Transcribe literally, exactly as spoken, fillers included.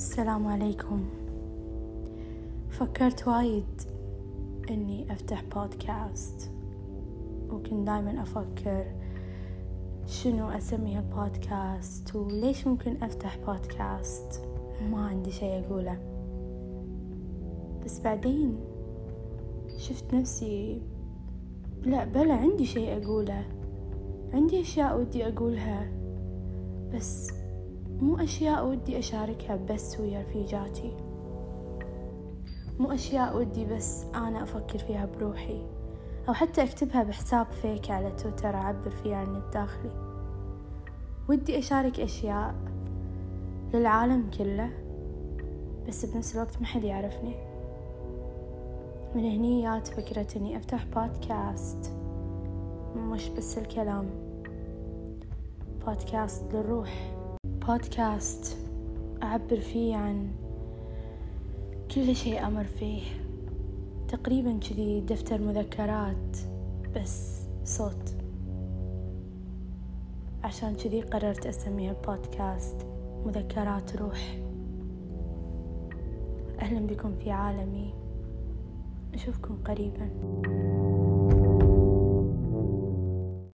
السلام عليكم. فكرت وايد اني افتح بودكاست، وكنت دايما افكر شنو اسمي هالبودكاست وليش ممكن افتح بودكاست. ما عندي شيء اقوله، بس بعدين شفت نفسي لا بلا عندي شيء اقوله، عندي اشياء ودي اقولها، بس مو أشياء ودي أشاركها بس ويا رفيجاتي، مو أشياء ودي بس أنا أفكر فيها بروحي، أو حتى أكتبها بحساب فيك على تويتر أعبر فيها عن الداخلي. ودي أشارك أشياء للعالم كله، بس بنفس الوقت ما حد يعرفني. من هني جات فكرة أني أفتح بودكاست، مش بس الكلام، بودكاست للروح، بودكاست أعبر فيه عن كل شيء أمر فيه، تقريبا كذي دفتر مذكرات بس صوت. عشان كذي قررت أسميها بودكاست مذكرات روح. أهلا بكم في عالمي، أشوفكم قريبا.